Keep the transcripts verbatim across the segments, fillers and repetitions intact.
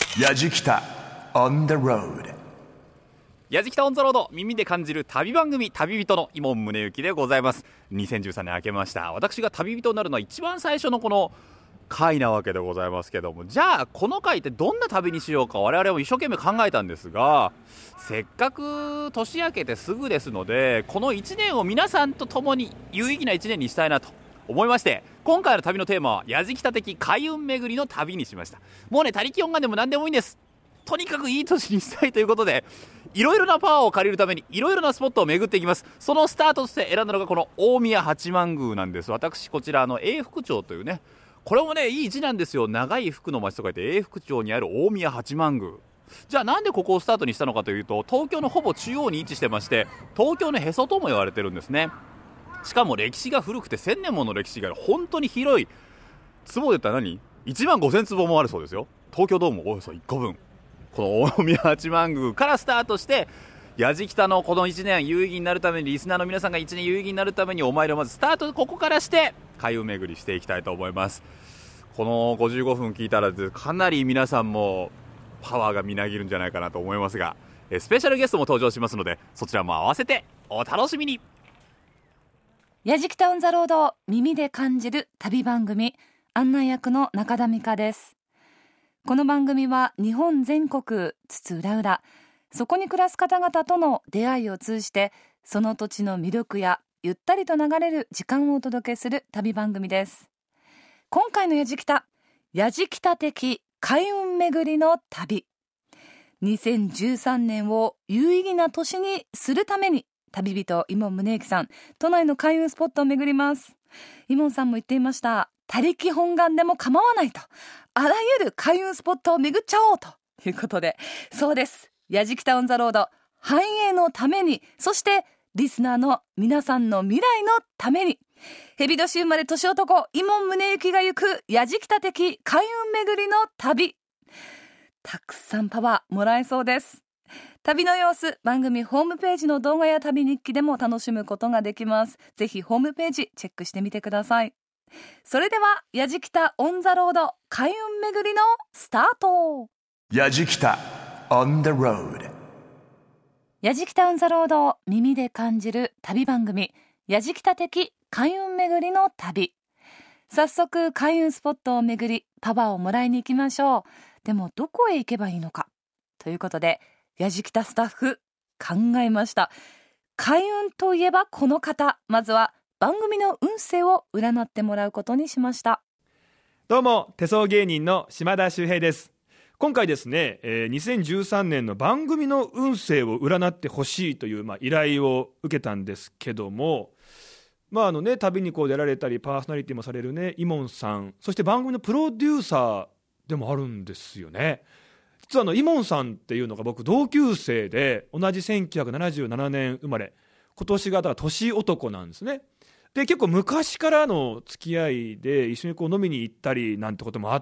やじきた on the road。 やじきたオンザロード、耳で感じる旅番組、旅人の伊門宗行でございます。にせんじゅうさんねん明けました。私が旅人になるのは一番最初のこの回なわけでございますけども、じゃあこの回ってどんな旅にしようか我々も一生懸命考えたんですが、せっかく年明けてすぐですので、このいちねんを皆さんと共に有意義ないちねんにしたいなと思いまして、今回の旅のテーマはやじきた的開運巡りの旅にしました。もうね、他力本願でも何でもいいんです。とにかくいい年にしたいということで、いろいろなパワーを借りるためにいろいろなスポットを巡っていきます。そのスタートとして選んだのがこの大宮八幡宮なんです。私こちらの永福町というね、これもねいい字なんですよ。長い福の町と書いて永福町にある大宮八幡宮。じゃあなんでここをスタートにしたのかというと、東京のほぼ中央に位置してまして、東京のへそとも言われてるんですね。しかも歴史が古くてせんねんもの歴史がある本当に広い、坪で言ったら何いちまんごせんつぼもあるそうですよ。東京ドームおよそいっこぶん。この大宮八幡宮からスタートして、やじきたのこのいちねん有意義になるために、リスナーの皆さんがいちねん有意義になるためにお参りをまずスタート、ここからして開運巡りしていきたいと思います。このごじゅうごふん聞いたらかなり皆さんもパワーがみなぎるんじゃないかなと思いますが、スペシャルゲストも登場しますので、そちらも合わせてお楽しみに。 やじきたオンザロード、耳で感じる旅番組、案内役の中田美香です。この番組は日本全国津々浦々、そこに暮らす方々との出会いを通じて、その土地の魅力やゆったりと流れる時間をお届けする旅番組です。今回のやじきた、やじきた的開運巡りの旅、にせんじゅうさんねんを有意義な年にするために、旅人伊門宗行さん、都内の開運スポットを巡ります。伊門さんも言っていました。他力本願でも構わないと、あらゆる開運スポットを巡っちゃおうということで、そうです。やじきたオンザロード、繁栄のために、そしてリスナーの皆さんの未来のために、蛇年生まれ年男伊門宗行が行くやじきた的開運巡りの旅、たくさんパワーもらえそうです。旅の様子、番組ホームページの動画や旅日記でも楽しむことができます。ぜひホームページチェックしてみてください。それではやじきたオンザロード、開運巡りのスタート。 やじきた on the road。 やじきたオンザロード、耳で感じる旅番組、やじきた的開運巡りの旅。早速開運スポットを巡り、パワーをもらいに行きましょう。でもどこへ行けばいいのかということで、やじきたスタッフ考えました。開運といえばこの方、まずは番組の運勢を占ってもらうことにしました。 どうも、手相芸人の島田秀平です。今回ですね、えー、にせんじゅうさんねんの番組の運勢を占ってほしいという、まあ、依頼を受けたんですけども、まああのね、旅にこう出られたりパーソナリティもされるね、伊門さん、そして番組のプロデューサーでもあるんですよね。実はあの伊門さんっていうのが僕同級生で、同じせんきゅうひゃくななじゅうななねん生まれ、今年がだから年男なんですね。で結構昔からの付き合いで一緒にこう飲みに行ったりなんてこともあって、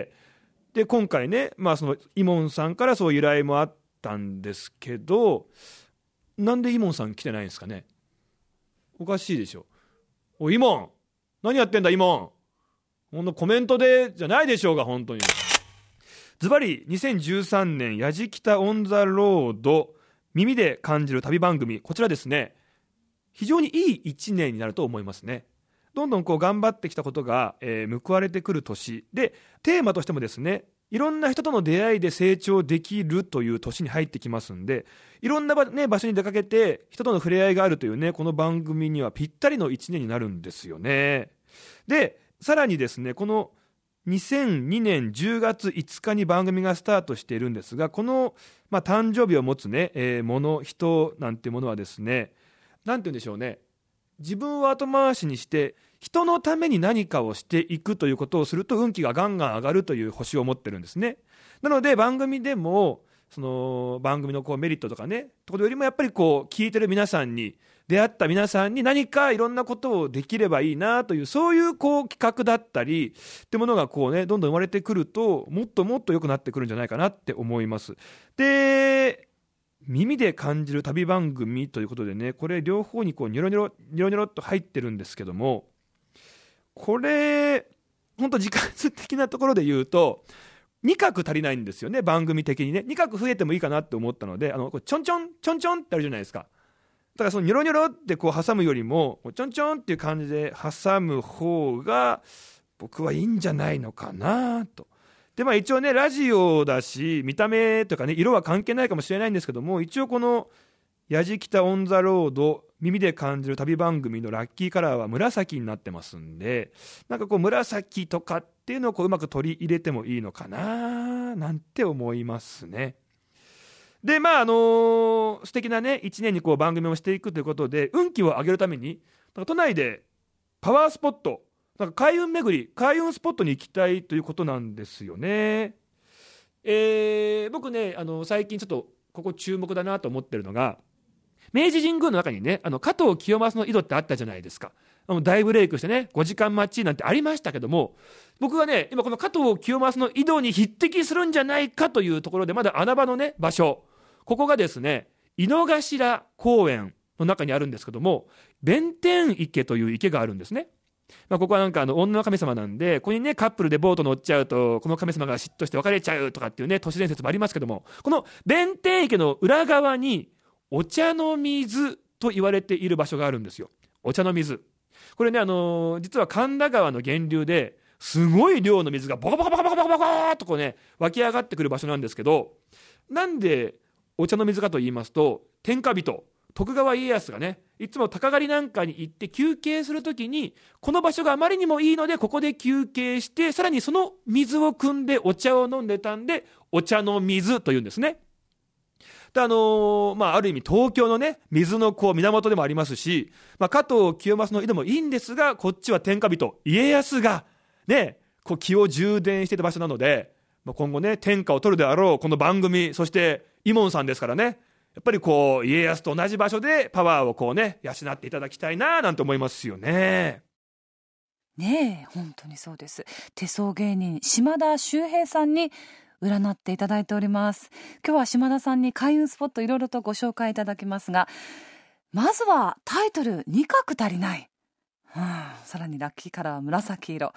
で今回ね、まあその伊門さんからそういう依頼もあったんですけど、なんで伊門さん来てないんですかね。おかしいでしょ。おい伊門、何やってんだ伊門、ほんとコメントでじゃないでしょうが。本当にズバリにせんじゅうさんねんやじきたオンザロード、耳で感じる旅番組、こちらですね、非常にいいいちねんになると思いますね。どんどんこう頑張ってきたことが、えー、報われてくる年で、テーマとしてもですね、いろんな人との出会いで成長できるという年に入ってきますんで、いろんな場、ね、場所に出かけて人との触れ合いがあるというね、この番組にはぴったりのいちねんになるんですよね。でさらにですね、このにせんにねんじゅうがついつかに番組がスタートしているんですが、この、まあ、誕生日を持つね、えー、もの、人なんていうものはですね、なんて言うんでしょうね、自分を後回しにして人のために何かをしていくということをすると運気がガンガン上がるという星を持ってるんですね。なので番組でもその番組のこうメリットとかね、ところよりもやっぱりこう聞いてる皆さんに、出会った皆さんに何かいろんなことをできればいいなという、そういうこう企画だったりってものがこうね、どんどん生まれてくると、もっともっと良くなってくるんじゃないかなって思います。で耳で感じる旅番組ということでね、これ両方にこうニョロニョロニョロニョロっと入ってるんですけども、これ本当時間的なところで言うと、 に画足りないんですよね、番組的にね。に画増えてもいいかなって思ったので、あのこうちょんちょんちょんちょんってあるじゃないですか。だからそのニョロニョロってこう挟むよりもちょんちょんっていう感じで挟む方が僕はいいんじゃないのかなと。でまあ一応ねラジオだし見た目とかね色は関係ないかもしれないんですけども、一応このやじきたオンザロード耳で感じる旅番組のラッキーカラーは紫になってますんで、なんかこう紫とかっていうのをこううまく取り入れてもいいのかななんて思いますね。でまああのー、素敵なねいちねんにこう番組をしていくということで運気を上げるためになんか都内でパワースポットなんか開運巡り開運スポットに行きたいということなんですよね。えー、僕ねあの最近ちょっとここ注目だなと思ってるのが明治神宮の中にねあの加藤清正の井戸ってあったじゃないですか。あの大ブレイクしてねごじかん待ちなんてありましたけども、僕はね今この加藤清正の井戸に匹敵するんじゃないかというところでまだ穴場のね場所、ここがですね井の頭公園の中にあるんですけども、弁天池という池があるんですね。まあ、ここはなんかあの女の神様なんで、ここにねカップルでボート乗っちゃうとこの神様が嫉妬して別れちゃうとかっていうね都市伝説もありますけども、この弁天池の裏側にお茶の水と言われている場所があるんですよ。お茶の水、これねあのー、実は神田川の源流ですごい量の水がボコボコボコボコボコボコーっとこうね湧き上がってくる場所なんですけど、なんでお茶の水かと言いますと、天下人徳川家康がねいつも鷹狩りなんかに行って休憩するときにこの場所があまりにもいいのでここで休憩して、さらにその水を汲んでお茶を飲んでたんでお茶の水というんですね。であのーまあ、ある意味東京のね水のこう源でもありますし、まあ、加藤清正の井戸もいいんですが、こっちは天下人家康がねこう気を充電していた場所なので、まあ、今後ね天下を取るであろうこの番組、そしてイモンさんですからね、やっぱりこう家康と同じ場所でパワーをこうね養っていただきたいななんて思いますよね。 ねえ本当にそうです。手相芸人島田秀平さんに占っていただいております。今日は島田さんに開運スポットいろいろとご紹介いただきますが、まずはタイトルに画足りない、うん、さらにラッキーカラーは紫色。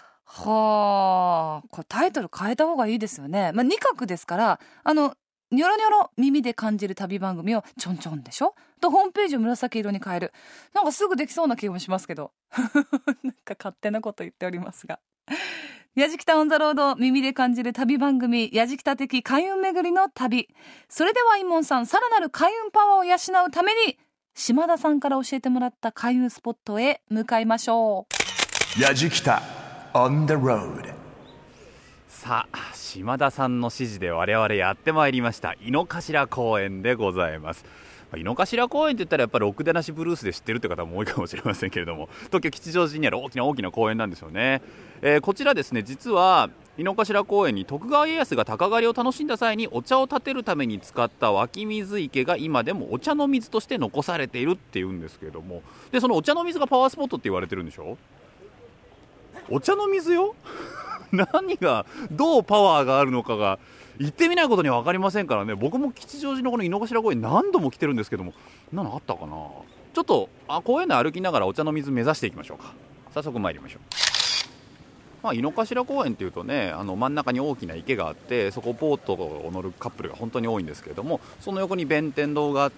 はあ、これタイトル変えた方がいいですよね。まあ、に画ですからあのニョロニョロ耳で感じる旅番組をちょんちょんでしょとホームページを紫色に変える、なんかすぐできそうな気もしますけどなんか勝手なこと言っておりますがやじきたオンザロード耳で感じる旅番組やじきた的開運巡りの旅。それではイモンさん、さらなる開運パワーを養うために島田さんから教えてもらった開運スポットへ向かいましょう。やじきた on the road。 さあ島田さんの指示で我々やってまいりました井の頭公園でございます。井の頭公園って言ったらやっぱりろくでなしブルースで知ってるって方も多いかもしれませんけれども、東京吉祥寺にある大きな大きな公園なんですよね。えー、こちらですね、実は井の頭公園に徳川家康が鷹狩りを楽しんだ際にお茶を立てるために使った湧き水池が今でもお茶の水として残されているっていうんですけれども、でそのお茶の水がパワースポットって言われてるんでしょ。お茶の水よ何がどうパワーがあるのかが行ってみないことには分かりませんからね。僕も吉祥寺のこの井の頭公園何度も来てるんですけども、何あったかな。ちょっとあ公園で歩きながらお茶の水目指していきましょうか。早速参りましょう。まあ、井の頭公園っていうとね、あの真ん中に大きな池があって、そこボートを乗るカップルが本当に多いんですけれども、その横に弁天堂があって、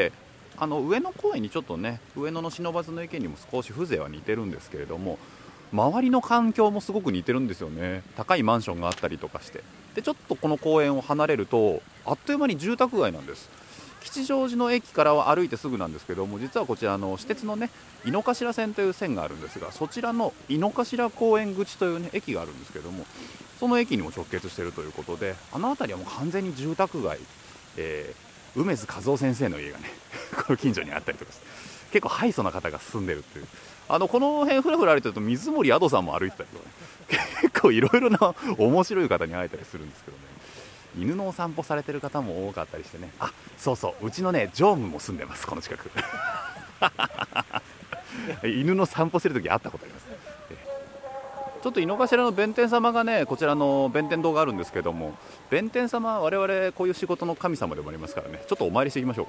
あの上野公園にちょっとね、上野の不忍池にも少し風情は似てるんですけれども、周りの環境もすごく似てるんですよね。高いマンションがあったりとかして、でちょっとこの公園を離れるとあっという間に住宅街なんです。吉祥寺の駅からは歩いてすぐなんですけども、実はこちらの私鉄のね井の頭線という線があるんですが、そちらの井の頭公園口という、ね、駅があるんですけども、その駅にも直結しているということで、あの辺りはもう完全に住宅街、えー、梅津和夫先生の家がねこの近所にあったりとかして、結構ハイソな方が住んでるっていう、あのこの辺ふらふら歩いてると水森アドさんも歩いてたりとかね、結構いろいろな面白い方に会えたりするんですけどね。犬のお散歩されてる方も多かったりしてね。あ、そうそう、うちのね常務も住んでます、この近く犬の散歩してる時会ったことあります。ちょっと井の頭の弁天様がね、こちらの弁天堂があるんですけども、弁天様我々こういう仕事の神様でもありますからね、ちょっとお参りしていきましょうか。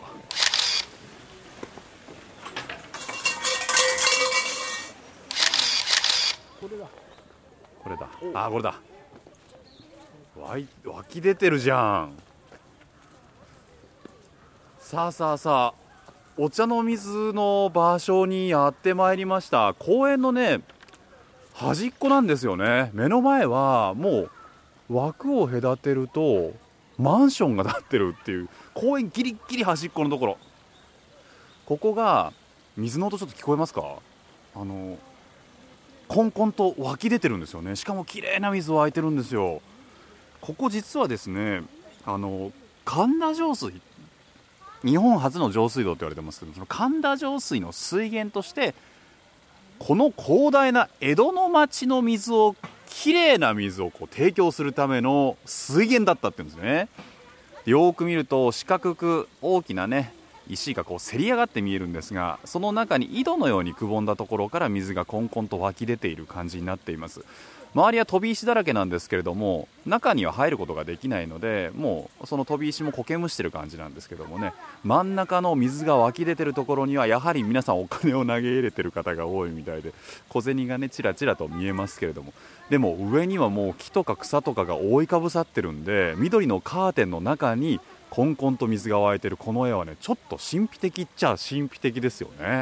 これだこれだ、あ、これだ。 湧い湧き出てるじゃん。さあさあさあ、お茶の水の場所にやってまいりました。公園のね端っこなんですよね。目の前はもう枠を隔てるとマンションが建ってるっていう公園ギリギリ端っこのところ。ここが水の音ちょっと聞こえますか？あのコンコンと湧き出てるんですよね。しかも綺麗な水湧いてるんですよ。ここ実はですね、あの神田上水、日本初の上水道と言われてますけど、その神田上水の水源としてこの広大な江戸の町の水を、きれいな水をこう提供するための水源だったっていうんですね。よく見ると四角く大きなね石がこうせり上がって見えるんですが、その中に井戸のようにくぼんだところから水がコンコンと湧き出ている感じになっています。周りは飛び石だらけなんですけれども、中には入ることができないので、もうその飛び石も苔むしてる感じなんですけどもね、真ん中の水が湧き出てるところにはやはり皆さんお金を投げ入れてる方が多いみたいで、小銭がねちらちらと見えますけれども、でも上にはもう木とか草とかが覆いかぶさってるんで、緑のカーテンの中にコンコンと水が湧いてるこの絵はね、ちょっと神秘的っちゃ神秘的ですよね。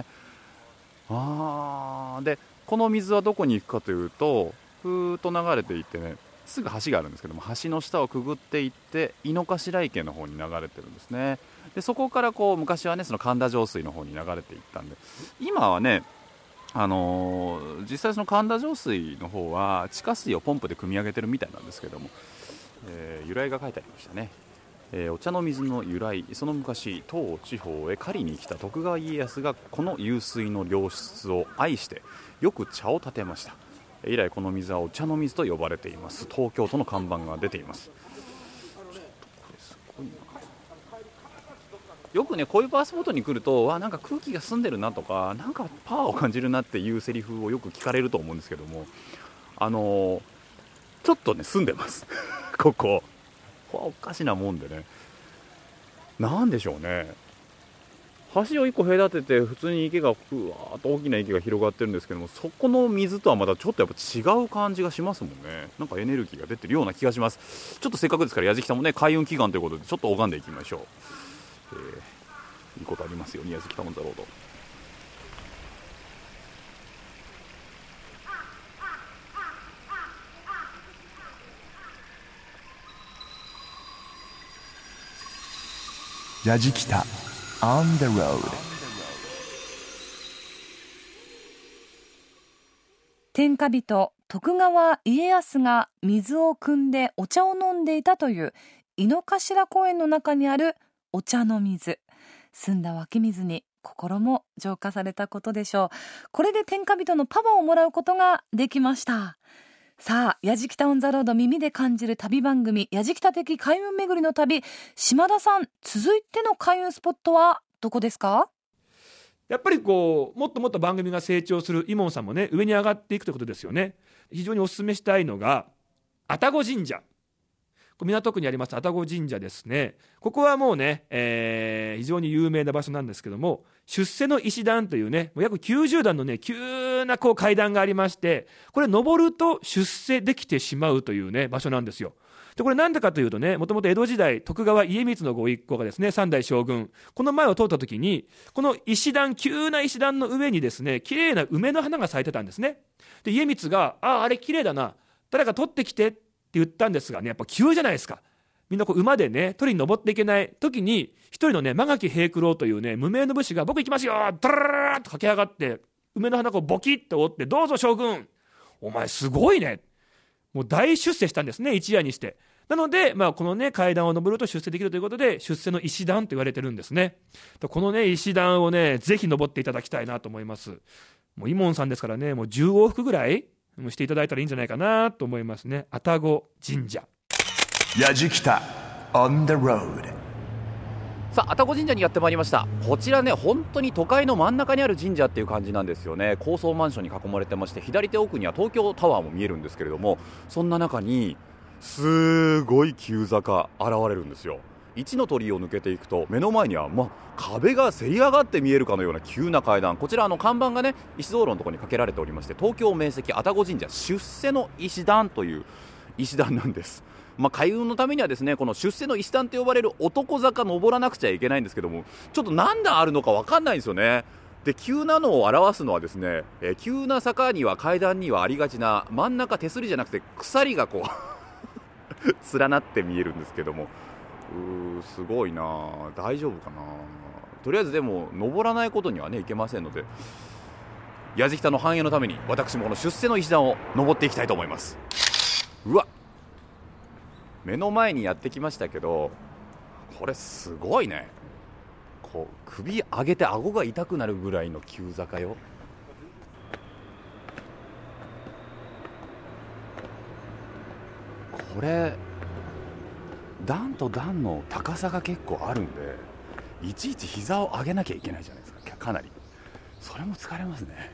あーでこの水はどこに行くかというと、ふーっと流れていってね、すぐ橋があるんですけども、橋の下をくぐっていって井の頭池の方に流れてるんですね。でそこからこう昔はねその神田上水の方に流れていったんで、今はねあのー、実際その神田上水の方は地下水をポンプで汲み上げてるみたいなんですけども、えー、由来が書いてありましたね。えー、お茶の水の由来、その昔当地方へ狩りに来た徳川家康がこの湧水の良質を愛してよく茶を立てました。以来この水はお茶の水と呼ばれています。東京都の看板が出ています。ちょっとこれすごいな。よくねこういうパワースポットに来ると、わなんか空気が澄んでるなとか、なんかパワーを感じるなっていうセリフをよく聞かれると思うんですけども、あのー、ちょっとね澄んでますこここれおかしなもんでね、なんでしょうね、橋をいっこ隔てて普通に池がふわーっと大きな池が広がってるんですけども、そこの水とはまたちょっとやっぱ違う感じがしますもんね。なんかエネルギーが出てるような気がします。ちょっとせっかくですから矢敷さんもね開運祈願ということでちょっと拝んでいきましょう。えー、いいことありますように、矢敷タウンザロード。 矢敷北 On the road。 天下人徳川家康が水を汲んでお茶を飲んでいたという井の頭公園の中にあるお茶の水。澄んだ湧き水に心も浄化されたことでしょう。これで天下人のパワーをもらうことができました。さあ、矢敷タウンザロード耳で感じる旅番組、矢敷田的開運巡りの旅。島田さん、続いての開運スポットはどこですか？ やっぱりこうもっともっと番組が成長するイモンさんもね上に上がっていくということですよね。非常にお勧めしたいのが愛宕神社、港区にあります愛宕神社ですね。ここはもうね、えー、非常に有名な場所なんですけども、出世の石段というねもう約きゅうじゅうだんのね急なこう階段がありまして、これ登ると出世できてしまうというね場所なんですよ。でこれなんでかというとね、もともと江戸時代徳川家光のご一行がですね三代将軍この前を通った時に、この石段急な石段の上にですね綺麗な梅の花が咲いてたんですね。で家光があああれ綺麗だな、誰か取ってきてって言ったんですがね、やっぱ急じゃないですか。みんなこう馬でね取りに登っていけない時に、一人のね間垣平九郎というね無名の武士が僕行きますよドララララッと駆け上がって梅の花をボキッと折って、どうぞ将軍お前すごいね、もう大出世したんですね、一夜にして。なので、まあ、このね階段を登ると出世できるということで出世の石段と言われてるんですね。このね石段をねぜひ登っていただきたいなと思います。もうイモンさんですからね、もうじゅう往復ぐらいしていただいたらいいんじゃないかなと思いますね。愛宕神社。 矢敷北 On the road。 さあ愛宕神社にやってまいりました。こちらね本当に都会の真ん中にある神社っていう感じなんですよね。高層マンションに囲まれてまして、左手奥には東京タワーも見えるんですけれども、そんな中にすごい急坂現れるんですよ。一の鳥居を抜けていくと目の前には、まあ、壁がせり上がって見えるかのような急な階段。こちらあの看板がね石灯籠のところにかけられておりまして、東京名石愛宕神社出世の石段という石段なんです。 まあ、開運のためにはですねこの出世の石段と呼ばれる男坂登らなくちゃいけないんですけども、ちょっと何段あるのか分かんないんですよね。で急なのを表すのはですね、えー、急な坂には階段にはありがちな真ん中手すりじゃなくて鎖がこう連なって見えるんですけども、うーすごいな、大丈夫かな。とりあえずでも登らないことにはねいけませんので、やじきたの繁栄のために私もこの出世の石段を登っていきたいと思います。うわ、目の前にやってきましたけど、これすごいね。こう首上げて顎が痛くなるぐらいの急坂よ。これ段と段の高さが結構あるんで、いちいち膝を上げなきゃいけないじゃないですか。かなりそれも疲れますね。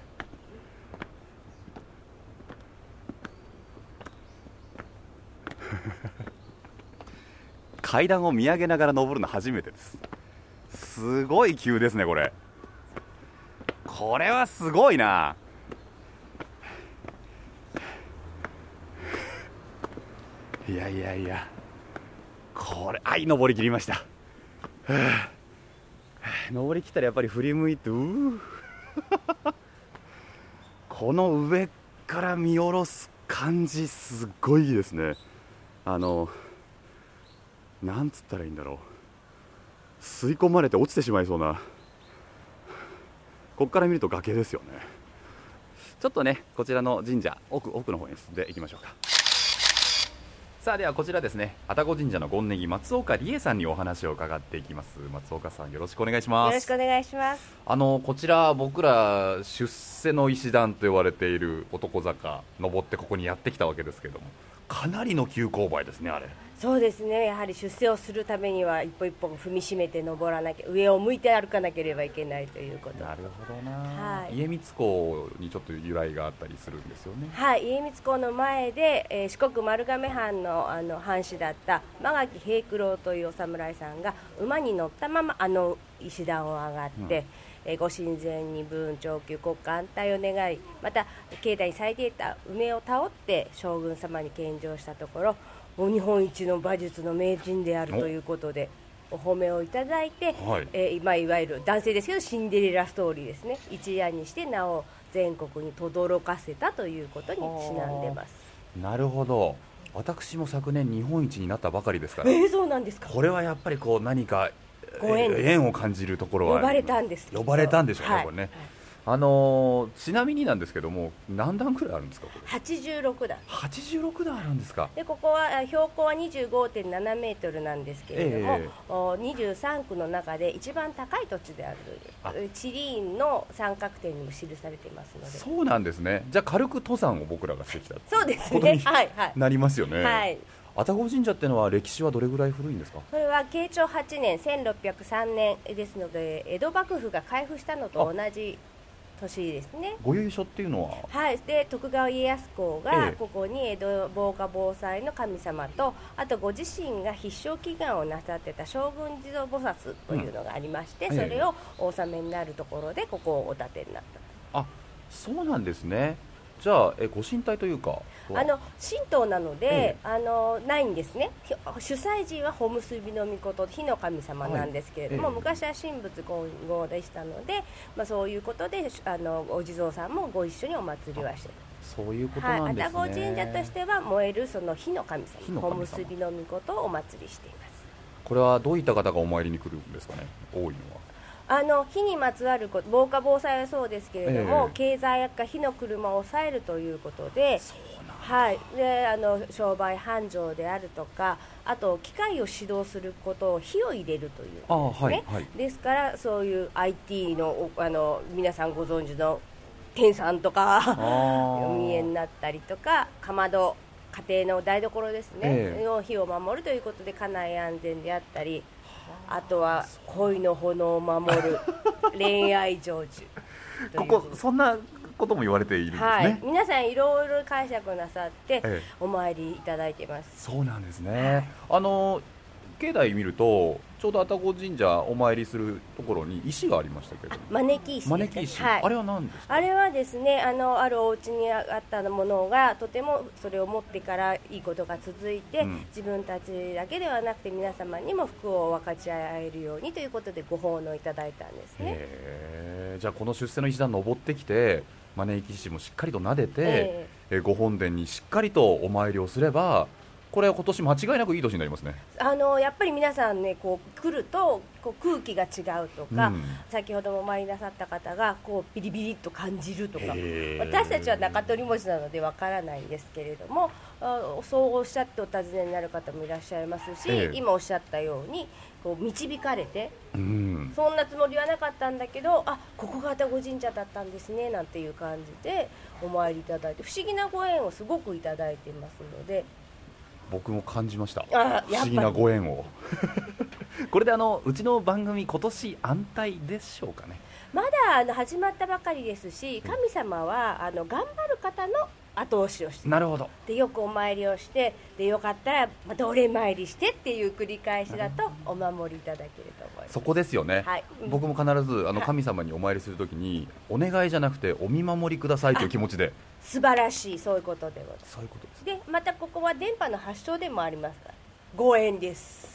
階段を見上げながら登るの初めてです。すごい急ですね。これこれはすごいな。いやいやいや、これ、はい登り切りました。登り切ったらやっぱり振り向いて、うーこの上から見下ろす感じすごいですね。あのなんつったらいいんだろう、吸い込まれて落ちてしまいそうな、ここから見ると崖ですよね。ちょっとねこちらの神社奥奥の方に進んでいきましょうか。さあではこちらですね、愛宕神社の権ネギ松岡理恵さんにお話を伺っていきます。松岡さんよろしくお願いします。 よろしくお願いします。 あのこちら僕ら出世の石段と呼ばれている男坂登ってここにやってきたわけですけれども、かなりの急勾配ですね。あれそうですね、やはり出世をするためには一歩一歩踏みしめて登らなきゃ、上を向いて歩かなければいけないということ。 なるほどな、 はい、 家光公にちょっと由来があったりするんですよね。 はい、家光公の前で、えー、四国丸亀藩 の, あの藩士だった間垣平九郎というお侍さんが馬に乗ったままあの石段を上がって、うんえー、ご神前に武運長久国家安泰を願い、また境内に咲いていた梅をたおって将軍様に献上したところ、日本一の馬術の名人であるということでお褒めをいただいて、はいえーまあ、いわゆる男性ですけどシンデレラストーリーですね、一夜にして名を全国に轟かせたということにちなんでます。 なるほど。私も昨年日本一になったばかりですから、 えー、そうなんですか。 これはやっぱりこう何かご縁、 縁を感じるところは呼ばれたんです。 呼ばれたんでしょうね、 はい、 これね、はいあのー、ちなみになんですけども何段くらいあるんですか。これはちじゅうろくだん。 はちじゅうろくだんあるんですか。 でここは標高は にじゅうごてんななメートルなんですけれども、えー、にじゅうさんくの中で一番高い土地であるという地理院の三角点にも記されていますので。 そうなんですね。じゃあ軽く登山を僕らがしてきたそうですね、はいはい、 なりますよね。 はい愛宕神社っていうのは歴史はどれぐらい古いんですか。 それは慶長はちねんせんろっぴゃくさんねんですので、江戸幕府が開府したのと同じ年ですね。 ご由緒っていうのは、 はい、で徳川家康公がここに江戸防火防災の神様と、あとご自身が必勝祈願をなさってた将軍地蔵菩薩というのがありまして、うん、それをお納めになるところでここをお建てになった。 あ、そうなんですね。じゃあえご神体というかあの神道なので、ええ、あのないんですね。主催人はほむすびの御事火の神様なんですけれども、はいええ、昔は神仏混合でしたので、まあ、そういうことであのお地蔵さんもご一緒にお祭りはしている。 そういうことなんですね。 はい、愛宕神社としては燃えるその火の神様、ほむすびの御事をお祭りしています。 これはどういった方がお参りに来るんですかね。多いのはあの火にまつわること、防火防災はそうですけれども、えー、経済悪化、火の車を抑えるということで、はい、であの商売繁盛であるとか、あと機械を指導することを火を入れるということですね。はいはい、ですからそういう アイティー の, あの皆さんご存知の天さんとかお見えになったりとか、かまど、家庭の台所ですね、えー、の火を守るということで家内安全であったり、あとは恋の炎を守る恋愛成就ここそんなことも言われているんですね。 はい、皆さんいろいろ解釈なさってお参りいただいています。 ええ、そうなんですね。はい、あの境内見るとちょうど愛宕神社お参りするところに石がありましたけど、 招き石です、ね、 招き石、 はい、 あれは何ですか？ あれはですね、あのあるお家にあったものがとてもそれを持ってからいいことが続いて、うん、自分たちだけではなくて皆様にも福を分かち合えるようにということでご奉納いただいたんですね。 へー、じゃあこの出世の石段登ってきて招き石もしっかりと撫でて、 えー、 えご本殿にしっかりとお参りをすれば、これは今年間違いなくいい年になりますね。あのやっぱり皆さんね、こう来るとこう空気が違うとか、うん、先ほどもお参りなさった方がこうビリビリと感じるとか、私たちは中取り文字なのでわからないんですけれども、そうおっしゃってお尋ねになる方もいらっしゃいますし、えー、今おっしゃったようにこう導かれて、うん、そんなつもりはなかったんだけど、あ、ここが愛宕神社だったんですねなんていう感じでお参りいただいて、不思議なご縁をすごくいただいていますので、 僕も感じました。不思議なご縁をこれであのうちの番組今年安泰でしょうかね。 まだあの始まったばかりですし、神様はあの頑張る方の後押しをして、 なるほど、 でよくお参りをして、でよかったらまたお礼参りしてっていう繰り返しだとお守りいただけると思います。 そこですよね、 はい、 僕も必ずあの神様にお参りするときに、お願いじゃなくてお見守りくださいという気持ちで。 素晴らしい、そういうことでございます。 そういうことです。 でまたここは電波の発祥でもありますから、ご縁です。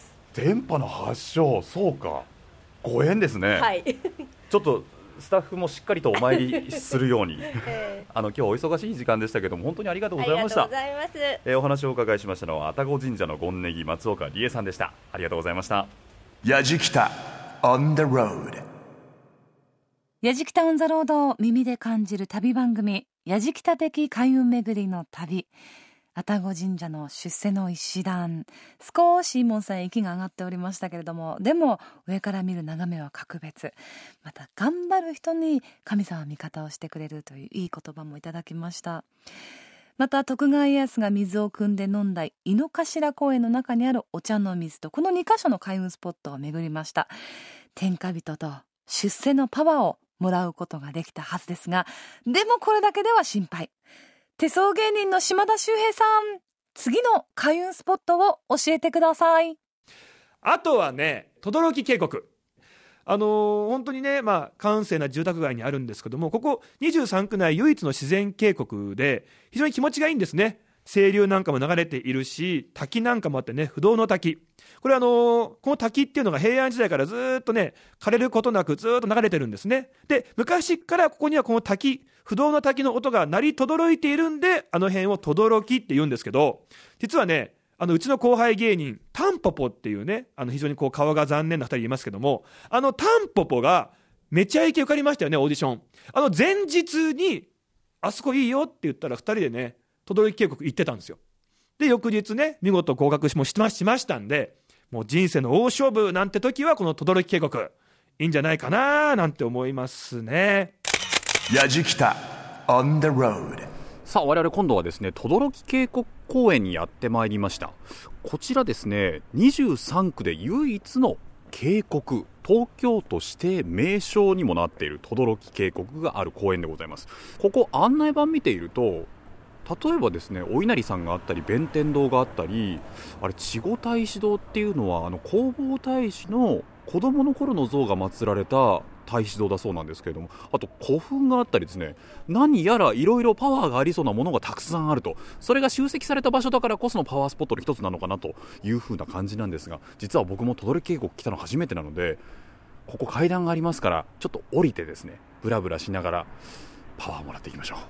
電波の発祥、そうか、ご縁ですね。 はいちょっとスタッフもしっかりとお参りするように、えー、あの今日はお忙しい時間でしたけども、本当にありがとうございました。 ありがとうございます。 えー、お話をお伺いしましたのは愛宕神社の権ネギ松岡理恵さんでした。ありがとうございました。 やじきた on the road、 やじきたオンザロードを耳で感じる旅番組、やじきた的開運巡りの旅。愛宕神社の出世の石段、少し門さん息が上がっておりましたけれども、でも上から見る眺めは格別。また頑張る人に神様は味方をしてくれるといういい言葉もいただきました。また徳川家康が水を汲んで飲んだ井の頭公園の中にあるお茶の水と、このにカ所の開運スポットを巡りました。天下人と出世のパワーをもらうことができたはずですが、でもこれだけでは心配。手相芸人の島田秀平さん、次の開運スポットを教えてください。 あとはね、轟渓谷、あのー、本当にね、まあ、閑静な住宅街にあるんですけども、ここにじゅうさんく内唯一の自然渓谷で非常に気持ちがいいんですね。清流なんかも流れているし、滝なんかもあってね、不動の滝、これあのー、この滝っていうのが平安時代からずっとね、枯れることなくずっと流れてるんですね。で、昔からここにはこの滝、不動の滝の音が鳴り轟いているんで、あの辺を轟って言うんですけど、実はね、あのうちの後輩芸人タンポポっていうね、あの非常にこう顔が残念なふたりいますけども、あのタンポポがめちゃイケ受かりましたよね、オーディション。あの前日にあそこいいよって言ったらふたりでね、轟渓谷行ってたんですよ。で翌日ね、見事合格もしましたんで、もう人生の大勝負なんて時はこの轟渓谷いいんじゃないかななんて思いますね。 やじきた on the road。 さあ我々今度はですね、轟渓谷公園にやってまいりました。こちらですね、にじゅうさんくで唯一の渓谷、東京都指定名勝にもなっている轟渓谷がある公園でございます。ここ案内板見ていると、例えばですね、お稲荷さんがあったり弁天堂があったり、あれ稚児太子堂っていうのはあの弘法大師の子供の頃の像が祀られた太子堂だそうなんですけれども、あと古墳があったりですね、何やらいろいろパワーがありそうなものがたくさんあると、それが集積された場所だからこそのパワースポットの一つなのかなという風な感じなんですが、実は僕も轟渓谷来たの初めてなので、ここ階段がありますからちょっと降りてですね、ブラブラしながらパワーもらっていきましょう。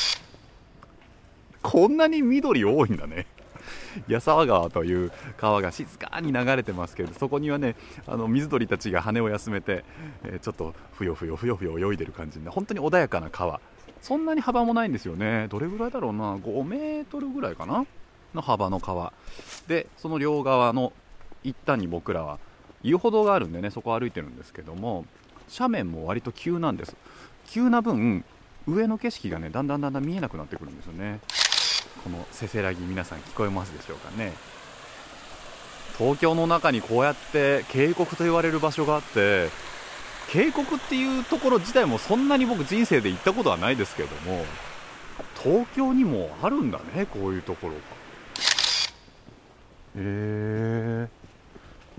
こんなに緑多いんだね。矢沢川という川が静かに流れてますけど、そこにはね、あの水鳥たちが羽を休めて、えー、ちょっとふよふよふよふよ泳いでる感じで、本当に穏やかな川。そんなに幅もないんですよね。どれぐらいだろうな、ごメートルぐらいかなの幅の川で、その両側の一端に僕らは遊歩道があるんでね、そこを歩いてるんですけども、斜面も割と急なんです。急な分上の景色がね、だんだんだんだん見えなくなってくるんですよね。このせせらぎ、皆さん聞こえますでしょうかね。東京の中にこうやって渓谷と言われる場所があって、渓谷っていうところ自体もそんなに僕人生で行ったことはないですけども、東京にもあるんだね、こういうところが。へー、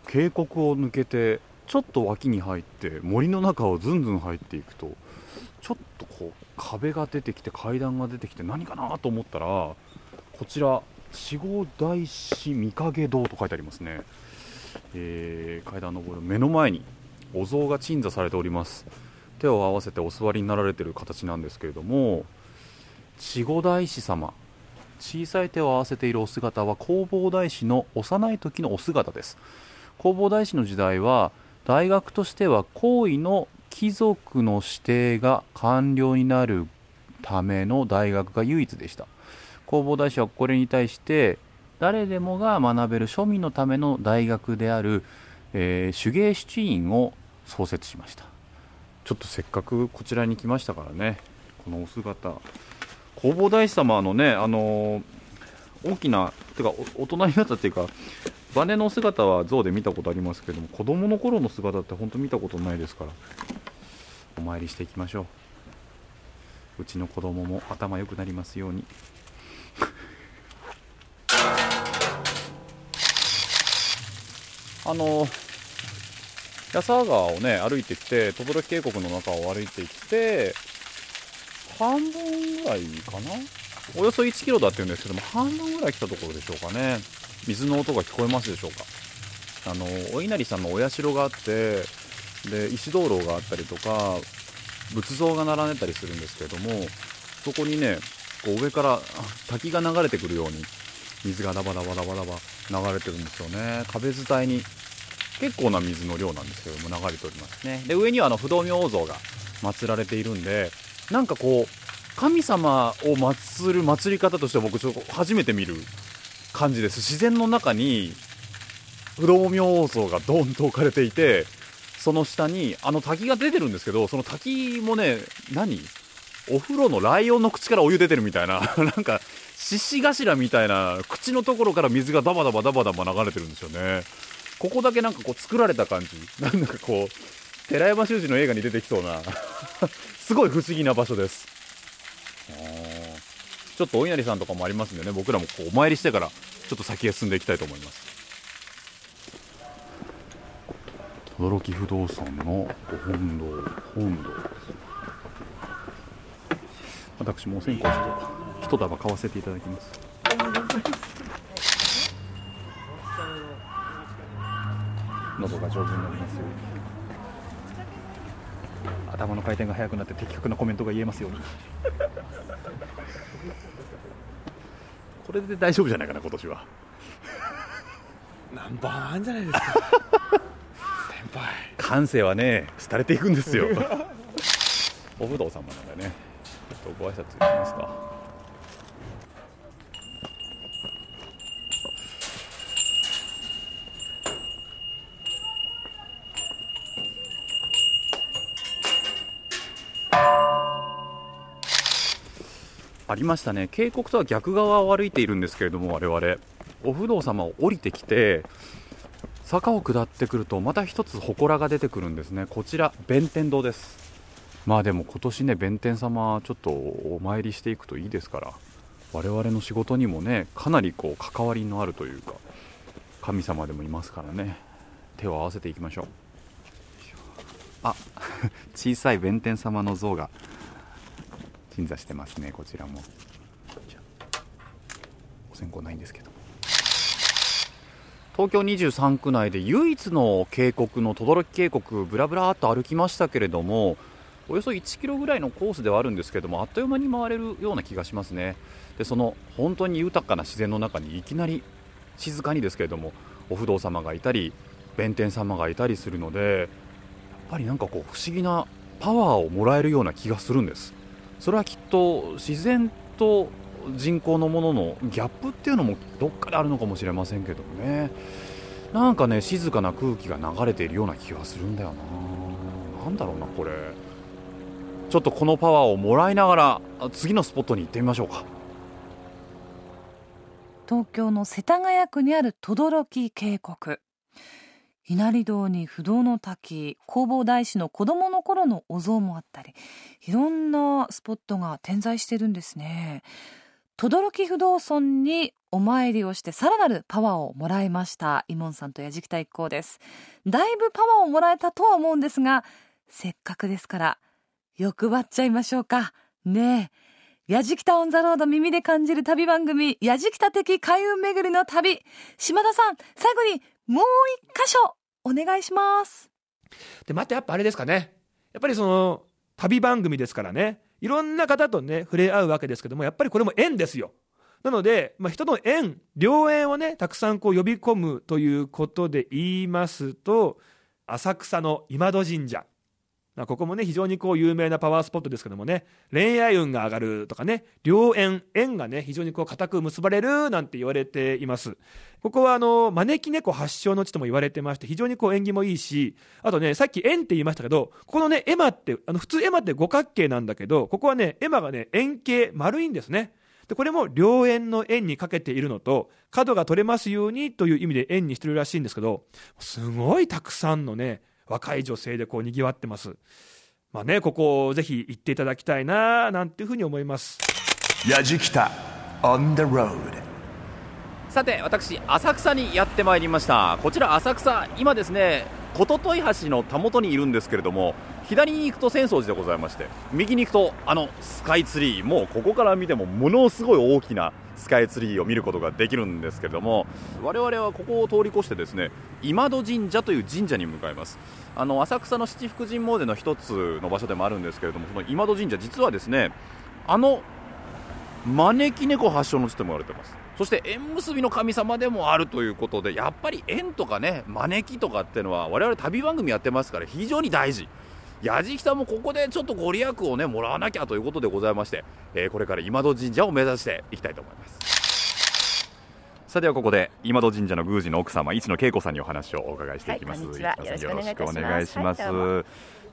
渓谷を抜けてちょっと脇に入って森の中をずんずん入っていくと、ちょっとこう壁が出てきて階段が出てきて何かなと思ったら、こちら稚児大師御影堂と書いてありますね。えー、階段登る目の前にお像が鎮座されております。手を合わせてお座りになられている形なんですけれども、稚児大師様、小さい手を合わせているお姿は弘法大師の幼い時のお姿です。弘法大師の時代は大学としては高位の貴族の指定が官僚になるための大学が唯一でした。弘法大師はこれに対して誰でもが学べる庶民のための大学である、えー、手芸出院を創設しました。ちょっとせっかくこちらに来ましたからね、このお姿、弘法大師様のね、あのー、大きなてか大人になったっていうか晩年のお姿は像で見たことありますけども、子供の頃の姿って本当見たことないですから、お参りしていきましょう。うちの子供も頭良くなりますように。あの安川川をね歩いてきて、等々力渓谷の中を歩いてきて半分ぐらいかな、およそいちキロだって言うんですけども、半分ぐらい来たところでしょうかね。水の音が聞こえますでしょうか。あのお稲荷さんのお社があって、で石灯籠があったりとか仏像が並んでたりするんですけれども、そこにねこう上から滝が流れてくるように水がダバダバダバダバ流れてるんですよね。壁伝いに結構な水の量なんですけども流れておりますね。で上にはあの不動明王像が祀られているんで、なんかこう神様を祀る祀り方としては僕ちょっと初めて見る感じです。自然の中に不動明王像がドンと置かれていて、その下にあの滝が出てるんですけど、その滝もね、何お風呂のライオンの口からお湯出てるみたいななんか獅子頭みたいな口のところから水がダバダバダバダバ流れてるんですよね。ここだけなんかこう作られた感じ、なんだかこう寺山修司の映画に出てきそうなすごい不思議な場所です。ちょっとお稲荷さんとかもありますんでね、僕らもこうお参りしてからちょっと先へ進んでいきたいと思います。等々力不動産のご本堂、本堂です。私もお線香と一束買わせていただきます。喉が丈夫になりますように、頭の回転が速くなって的確なコメントが言えますようにこれで大丈夫じゃないかな今年は。 ナンバーワンじゃないですか先輩。 感性はね廃れていくんですよお不動様なんでね、ちょっとご挨拶いきますか。ありましたね。渓谷とは逆側を歩いているんですけれども、我々お不動様を降りてきて坂を下ってくるとまた一つ祠が出てくるんですね。こちら弁天堂です。まあでも今年ね弁天様ちょっとお参りしていくといいですから、我々の仕事にもねかなりこう関わりのあるというか神様でもいますからね、手を合わせていきましょう。あ小さい弁天様の像が鎮座してますね。こちらもお線香ないんですけど、東京にじゅうさんく内で唯一の渓谷の等々力渓谷、ブラブラーっと歩きましたけれども、およそいちキロぐらいのコースではあるんですけども、あっという間に回れるような気がしますね。でその本当に豊かな自然の中にいきなり静かにですけれどもお不動様がいたり弁天様がいたりするので、やっぱりなんかこう不思議なパワーをもらえるような気がするんです。それはきっと自然と人工のもののギャップっていうのもどっかであるのかもしれませんけどもね、なんかね静かな空気が流れているような気がするんだよな。なんだろうなこれ。ちょっとこのパワーをもらいながら次のスポットに行ってみましょうか。 東京の世田谷区にある等々力渓谷、稲荷堂に不動の滝、弘法大師の子供の頃のお像もあったり、いろんなスポットが点在してるんですね。等々力不動尊にお参りをしてさらなるパワーをもらいました。イモンさんとやじきた一行です。だいぶパワーをもらえたとは思うんですが、せっかくですから欲張っちゃいましょうかねえ。やじきたオンザロード、耳で感じる旅番組、やじきた的開運巡りの旅。島田さん、最後にもう一箇所お願いします。 でまたやっぱあれですかね、やっぱりその旅番組ですからね、いろんな方とね触れ合うわけですけども、やっぱりこれも縁ですよ。なので、まあ、人の縁、良縁をねたくさんこう呼び込むということで言いますと、浅草の今戸神社、まあ、ここもね非常にこう有名なパワースポットですけどもね、恋愛運が上がるとかね、良縁、縁がね非常にこう固く結ばれるなんて言われています。ここはあの招き猫発祥の地とも言われてまして、非常にこう縁起もいいし、あとねさっき円って言いましたけど、ここのね絵馬ってあの普通絵馬って五角形なんだけど、ここはね絵馬がね円形丸いんですね。でこれも良縁の縁にかけているのと、角が取れますようにという意味で縁にしてるらしいんですけど、すごいたくさんのね若い女性でこう賑わってます。まあね、ここをぜひ行っていただきたいななんていうふうに思います。 やじきた on the road。 さて私浅草にやってまいりました。こちら浅草、今ですね琴戸橋のたもとにいるんですけれども、左に行くと浅草寺でございまして、右に行くとあのスカイツリー、もうここから見てもものすごい大きなスカイツリーを見ることができるんですけれども、我々はここを通り越してですね今戸神社という神社に向かいます。あの浅草の七福神詣の一つの場所でもあるんですけれども、その今戸神社、実はですねあの招き猫発祥の地とも言われています。そして縁結びの神様でもあるということで、やっぱり縁とかね招きとかっていうのは我々旅番組やってますから非常に大事。やじきたもここでちょっとご利益をねもらわなきゃということでございまして、えー、これから今戸神社を目指していきたいと思います。さあではここで今戸神社の宮司の奥様、市野恵子さんにお話をお伺いしていきます。 はい、こんにちは。 よろしくお願いします。 願いします。 はい、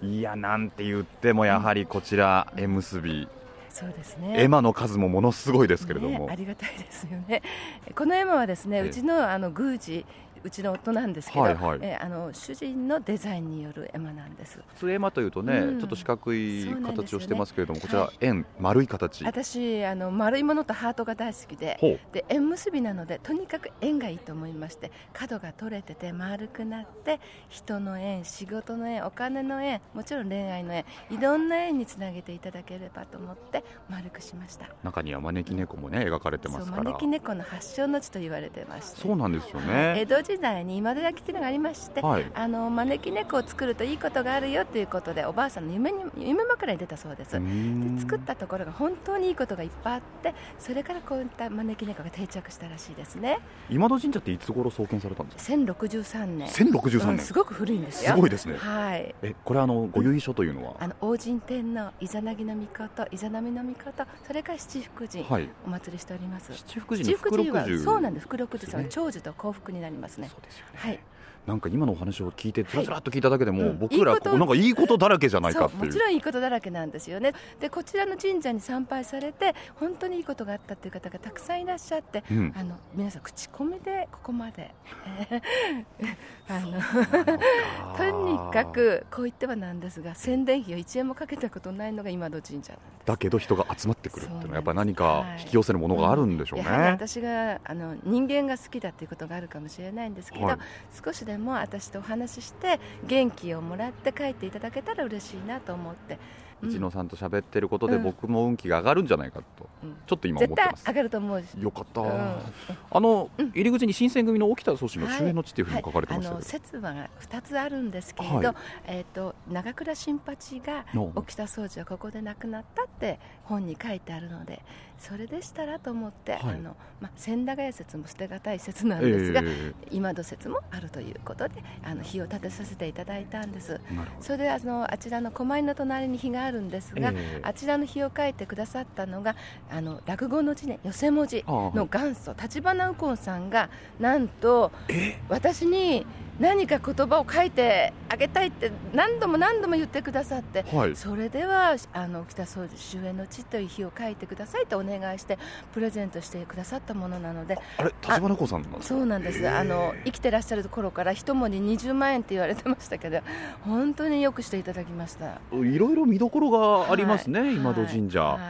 いやなんて言ってもやはりこちら縁結び、 そうですね、 絵馬の数もものすごいですけれども、 ね、ありがたいですよね。この絵馬はですね、うちのあの宮司、うちの夫なんですけど、はいはい、えあの主人のデザインによる絵馬なんです。 普通絵馬というとね、うん、ちょっと四角い形をしてますけれども、ね、こちら、はい、円丸い形。 私あの丸いものとハートが大好きで、で縁結びなのでとにかく縁がいいと思いまして、角が取れてて丸くなって、人の縁、仕事の縁、お金の縁、もちろん恋愛の縁、いろんな縁につなげていただければと思って丸くしました。 中には招き猫もね描かれてますから、 そう招き猫の発祥の地と言われてまして、 そうなんですよね。 江戸時代に今戸焼きというのがありまして、はい、あの招き猫を作るといいことがあるよということでおばあさんの夢に夢枕に出たそうです。で作ったところが本当にいいことがいっぱいあって、それからこういった招き猫が定着したらしいですね。 今戸神社っていつ頃創建されたんですか？ せんろくじゅうさんねん。 せんろくじゅうさんねん、 うん、すごく古いんですよ。 すごいですね。 はい、 えこれあのご由緒というのは、 あの王神天皇、イザナギの御事、イザナミの御事、それから七福神、はい、お祭りしております。 七福神の福六十、 そうなんです。福六十さんは長寿と幸福になりますね。 そうですよね。 はい。 なんか今のお話を聞いてずらずらっと聞いただけでも、はい、僕らこうなんかいいことだらけじゃないかっていう。 そうもちろんいいことだらけなんですよね。でこちらの神社に参拝されて本当にいいことがあったという方がたくさんいらっしゃって、うん、あの皆さん口コミでここまであのとにかくこう言ってはなんですが、宣伝費をいちえんもかけたことないのが今戸神社なんです。 だけど人が集まってくるっていうのはやっぱり何か引き寄せるものがあるんでしょうね。 はいうん、やはり私があの人間が好きだということがあるかもしれないんですけど、はい、少しでも私とお話しして元気をもらって帰っていただけたら嬉しいなと思って、 一野さんと喋ってることで僕も運気が上がるんじゃないかと、うん、ちょっと今思ってます。 絶対上がると思うし、 よかった、うん、あの、うん、入り口に新選組の沖田総司の終焉の地っていうふうに書かれてましたけど、はいはい、 あの説はふたつあるんですけれど、はいえー、と長倉新八が沖田総司はここで亡くなったって本に書いてあるので、それでしたらと思って、はいあのま、千駄ヶ谷説も捨てがたい説なんですが、えー、今戸説もあるということであの碑を立てさせていただいたんです。それであのあちらの狛江の隣に碑があるんですが、えー、あちらの碑を書いてくださったのがあの落語の字ね、寄せ文字の元祖立花右近さんがなんと私に何か言葉を書いてあげたいって何度も何度も言ってくださって、はい、それではあの沖田総司終焉の地という碑を書いてくださいとお願いしてプレゼントしてくださったものなので。 あれ立花子さんなんですか？ そうなんです。あの生きてらっしゃる頃から一文字にじゅうまんえんって言われてましたけど、本当によくしていただきました。 いろいろ見どころがありますね、はい、今戸神社、はい、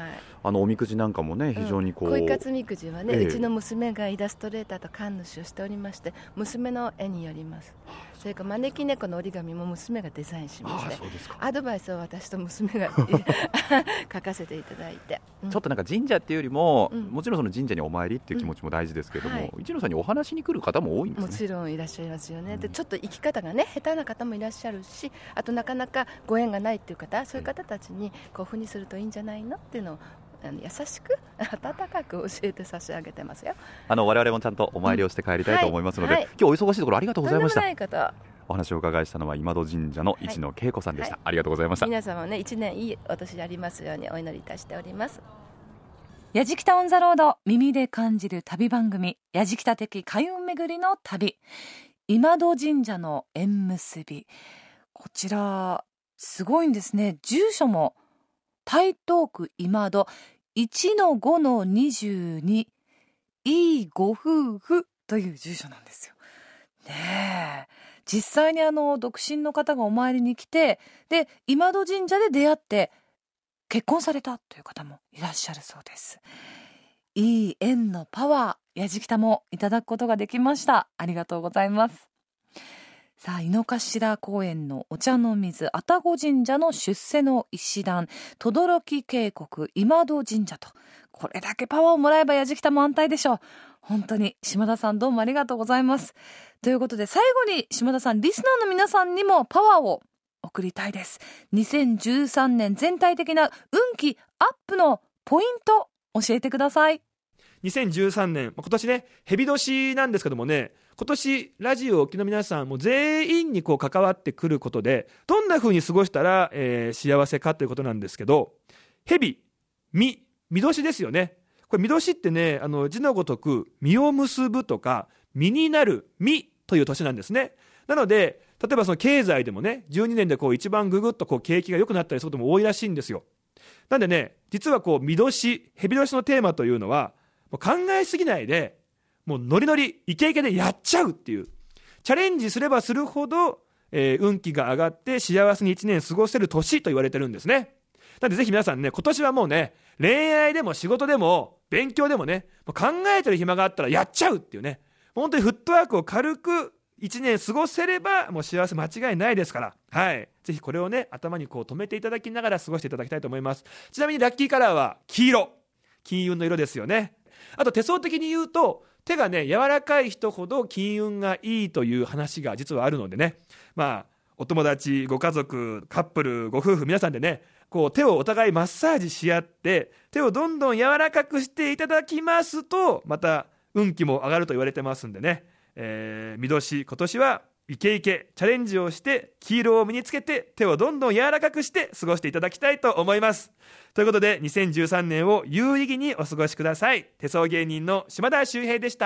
あのおみくじなんかもね非常にこう、 恋活みくじはね、 ええうちの娘がイラストレーターと神主をしておりまして、娘の絵によります。それから招き猫の折り紙も娘がデザインしまして、 あそうですか。 アドバイスを私と娘が書かせていただいて、うん、 ちょっとなんか神社っていうよりも、 うん、 もちろんその神社にお参りっていう気持ちも大事ですけども、 うんはい、 一野さんにお話しに来る方も多いんですね。 もちろんいらっしゃいますよね。でちょっと生き方がね下手な方もいらっしゃるし、あとなかなかご縁がないっていう方、そういう方たちにこういうふうにするといいんじゃないのっていうのをあの優しく温かく教えて差し上げてますよ。 あの我々もちゃんとお参りをして帰りたいと思いますので、 うんはいはい、 今日お忙しいところありがとうございました。 とんでもないこと。 お話をお伺いしたのは今戸神社の一野恵子さんでした、はい、ありがとうございました。 皆様ね一年いいお年でありますようにお祈りいたしております。 やじきたオンザロード、耳で感じる旅番組、やじきた的開運巡りの旅、今戸神社の縁結び。こちらすごいんですね。住所も台東区今戸 いちのごのにじゅうに いいご夫婦という住所なんですよね。え実際にあの独身の方がお参りに来て、で今戸神社で出会って結婚されたという方もいらっしゃるそうです。いい縁のパワー、やじきたもいただくことができました。ありがとうございます。さあ、井の頭公園のお茶の水、愛宕神社の出世の石段、轟渓谷今戸神社と、これだけパワーをもらえばやじきたも安泰でしょう。本当に島田さんどうもありがとうございます。ということで最後に島田さん、リスナーの皆さんにもパワーを送りたいです。にせんじゅうさんねん全体的な運気アップのポイント教えてください。 にせんじゅうさんねん、今年ね蛇年なんですけどもね、今年ラジオをお聞きの皆さんも全員にこう関わってくることで、どんな風に過ごしたら、えー、幸せかということなんですけど、蛇、実、実年ですよね。これ実年ってね、あの字のごとく実を結ぶとか実になる実という年なんですね。なので例えばその経済でもね、じゅうにねんでこう一番ぐぐっとこう景気が良くなったりすることも多いらしいんですよ。なんでね、実はこう実年、蛇年のテーマというのは、もう考えすぎないで、もうノリノリイケイケでやっちゃうっていう、チャレンジすればするほど、えー、運気が上がって幸せにいちねん過ごせる年と言われてるんですね。なんでぜひ皆さんね、今年はもうね、恋愛でも仕事でも勉強でもね、もう考えてる暇があったらやっちゃうっていうね、本当にフットワークを軽くいちねん過ごせればもう幸せ間違いないですから、はい、ぜひこれをね頭にこう止めていただきながら過ごしていただきたいと思います。ちなみにラッキーカラーは黄色、金運の色ですよね。あと手相的に言うと、手がね柔らかい人ほど金運がいいという話が実はあるのでね、まあお友達、ご家族、カップル、ご夫婦皆さんでね、こう手をお互いマッサージし合って手をどんどん柔らかくしていただきますと、また運気も上がると言われてますんでね、えー、見年今年はイケイケチャレンジをして黄色を身につけて手をどんどん柔らかくして過ごしていただきたいと思います。ということでにせんじゅうさんねんを有意義にお過ごしください。手相芸人の島田秀平でした。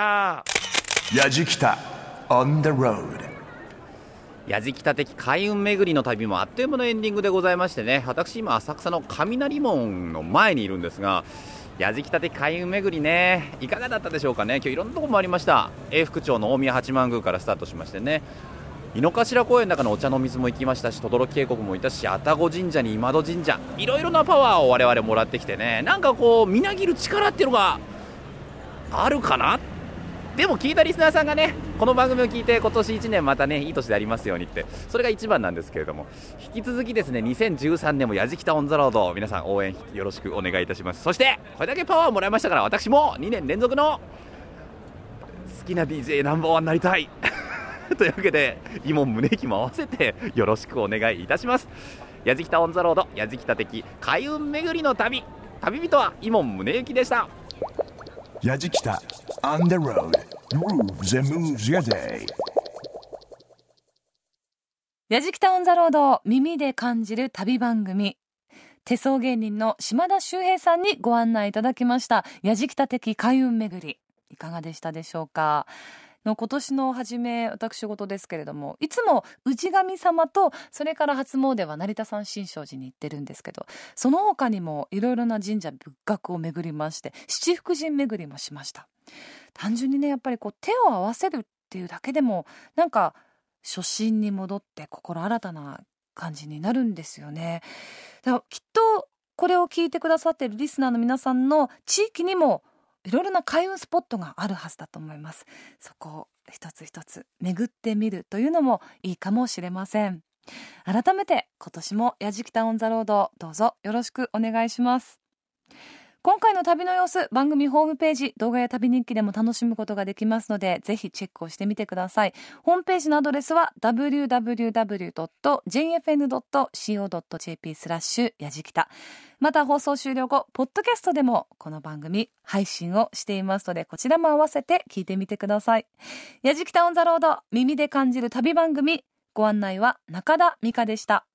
やじきた on the road。 やじきた的開運巡りの旅もあっという間のエンディングでございましてね、私今浅草の雷門の前にいるんですが、やじきた的開運巡りね、いかがだったでしょうかね。今日いろんなところもありました。永福町の大宮八幡宮からスタートしましてね、井の頭公園の中のお茶の水も行きましたし、轟渓谷もいたし、愛宕神社に今戸神社、いろいろなパワーを我々もらってきてね、なんかこうみなぎる力っていうのがあるかな。でも聞いたリスナーさんがね、この番組を聞いて今年いちねんまたねいい年でありますようにって、それが一番なんですけれども、引き続きですねにせんじゅうさんねんもやじきたオンザロード、皆さん応援よろしくお願いいたします。そしてこれだけパワーをもらいましたから、私もにねん連続の好きな ディージェー ナンバーワンになりたいというわけで、伊門宗行も合わせてよろしくお願いいたします。やじきたオンザロード、やじきた的開運巡りの旅、旅人は伊門宗行でした。 やじきた on the road grooves and moves your day。 やじきたオンザロード、耳で感じる旅番組、手相芸人の島田秀平さんにご案内いただきましたやじきた的開運巡り、いかがでしたでしょうか。の今年の初め、私事ですけれども、いつも氏神様とそれから初詣は成田山新勝寺に行ってるんですけど、その他にもいろいろな神社仏閣を巡りまして、七福神巡りもしました。単純にね、やっぱりこう手を合わせるっていうだけでもなんか初心に戻って心新たな感じになるんですよね。だからきっとこれを聞いてくださっているリスナーの皆さんの地域にもいろいろな開運スポットがあるはずだと思います。そこを一つ一つ巡ってみるというのもいいかもしれません。改めて今年もやじきたオンザロード、どうぞよろしくお願いします。今回の旅の様子、番組ホームページ、動画や旅日記でも楽しむことができますので、ぜひチェックをしてみてください。ホームページのアドレスは ダブリューダブリューダブリュードットジェイエフエヌドットシーオードットジェーピー スラッシュやじきた。また放送終了後、ポッドキャストでもこの番組配信をしていますので、こちらも合わせて聞いてみてください。やじきたオンザロード、耳で感じる旅番組、ご案内は中田美香でした。